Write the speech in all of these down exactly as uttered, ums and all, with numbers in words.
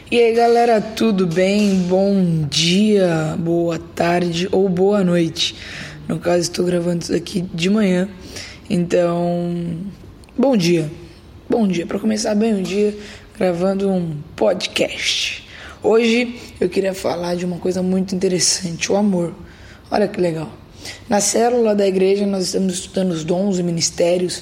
E aí galera, tudo bem? Bom dia, boa tarde ou boa noite. No caso, estou gravando isso aqui de manhã. Então, bom dia. Bom dia, para começar bem o dia, gravando um podcast. Hoje eu queria falar de uma coisa muito interessante, o amor. Olha que legal. Na célula da igreja nós estamos estudando os dons e ministérios.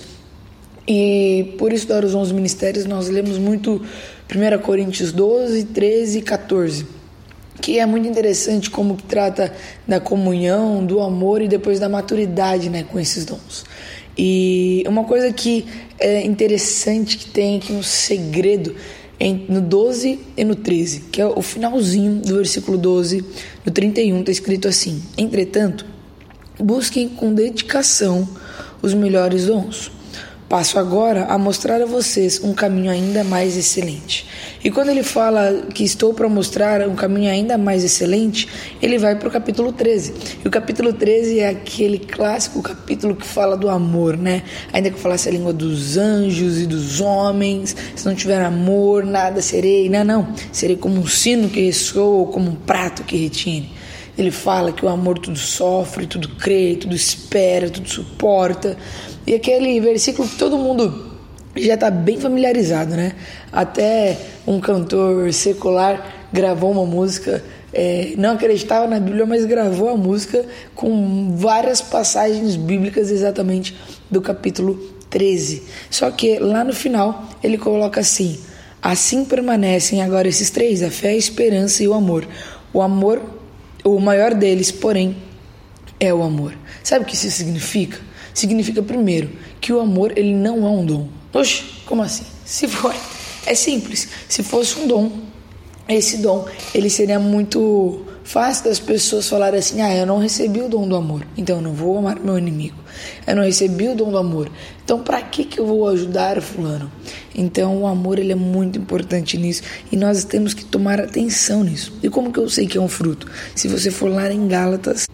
E por estudar os dons e ministérios nós lemos muito primeira Coríntios doze, treze e quatorze, que é muito interessante como que trata da comunhão, do amor e depois da maturidade, né, com esses dons. E uma coisa que é interessante que tem aqui no segredo, em, no doze e no treze, que é o finalzinho do versículo doze, no trinta e um está escrito assim: entretanto, busquem com dedicação os melhores dons. Passo agora a mostrar a vocês um caminho ainda mais excelente. E quando ele fala que estou para mostrar um caminho ainda mais excelente, ele vai para o capítulo treze. E o capítulo treze é aquele clássico capítulo que fala do amor, né? Ainda que eu falasse a língua dos anjos e dos homens, se não tiver amor, nada serei. Não, não. Serei como um sino que ressoa ou como um prato que retine. Ele fala que o amor tudo sofre, tudo crê, tudo espera, tudo suporta. E aquele versículo que todo mundo já está bem familiarizado, né? Até um cantor secular gravou uma música, é, não acreditava na Bíblia, mas gravou a música com várias passagens bíblicas exatamente do capítulo treze. Só que lá no final ele coloca assim: assim permanecem agora esses três, a fé, a esperança e o amor. O amor, o maior deles, porém, é o amor. Sabe o que isso significa? Significa, primeiro, que o amor ele não é um dom. Oxe, como assim? Se for, é simples. Se fosse um dom, esse dom, ele seria muito fácil das pessoas falarem assim: ah, eu não recebi o dom do amor, então eu não vou amar meu inimigo. Eu não recebi o dom do amor, então para que que eu vou ajudar fulano? Então o amor ele é muito importante nisso e nós temos que tomar atenção nisso. E como que eu sei que é um fruto? Se você for lá em Gálatas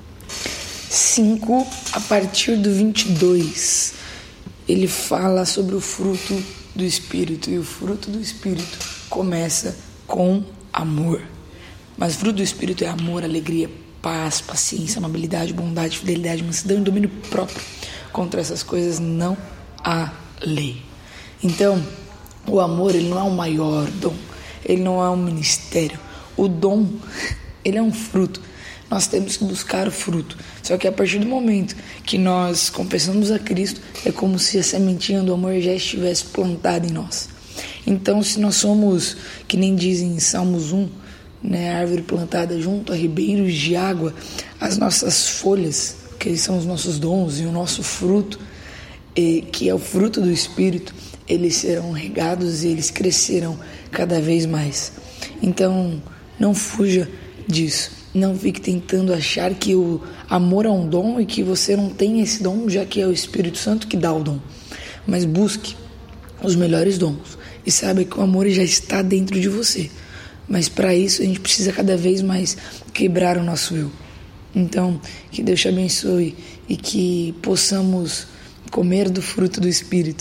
cinco, a partir do vinte e dois, ele fala sobre o fruto do Espírito, e o fruto do Espírito começa com amor. Mas o fruto do Espírito é amor, alegria, paz, paciência, amabilidade, bondade, fidelidade, mansidão e domínio próprio. Contra essas coisas não há lei. Então, o amor ele não é o maior dom, ele não é um ministério. O dom, ele é um fruto. Nós temos que buscar o fruto. Só que a partir do momento que nós confessamos a Cristo, é como se a sementinha do amor já estivesse plantada em nós. Então, se nós somos, que nem dizem em Salmos um, né, árvore plantada junto a ribeiros de água, as nossas folhas, que são os nossos dons, e o nosso fruto, que é o fruto do Espírito, eles serão regados e eles crescerão cada vez mais. Então, não fuja disso. Não fique tentando achar que o amor é um dom e que você não tem esse dom, já que é o Espírito Santo que dá o dom. Mas busque os melhores dons e saiba que o amor já está dentro de você. Mas para isso a gente precisa cada vez mais quebrar o nosso eu. Então, que Deus te abençoe e que possamos comer do fruto do Espírito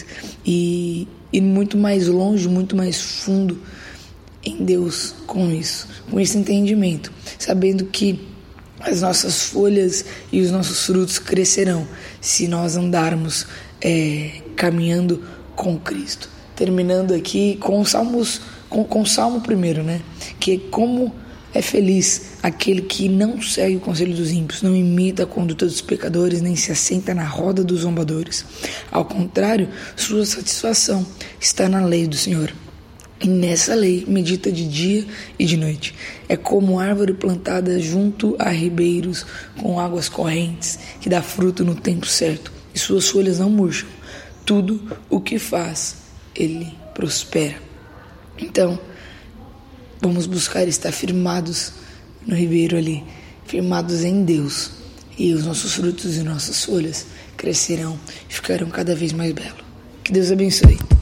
e ir muito mais longe, muito mais fundo em Deus com isso, com esse entendimento, sabendo que as nossas folhas e os nossos frutos crescerão se nós andarmos é, caminhando com Cristo. Terminando aqui com o Salmos, com, com o Salmo primeiro, né? Que é como é feliz aquele que não segue o conselho dos ímpios, não imita a conduta dos pecadores, nem se assenta na roda dos zombadores. Ao contrário, sua satisfação está na lei do Senhor. E nessa lei medita de dia e de noite. É como árvore plantada junto a ribeiros com águas correntes, que dá fruto no tempo certo, e suas folhas não murcham. Tudo o que faz, ele prospera. Então, vamos buscar estar firmados no ribeiro ali, firmados em Deus, e os nossos frutos e nossas folhas crescerão e ficarão cada vez mais belos. Que Deus abençoe.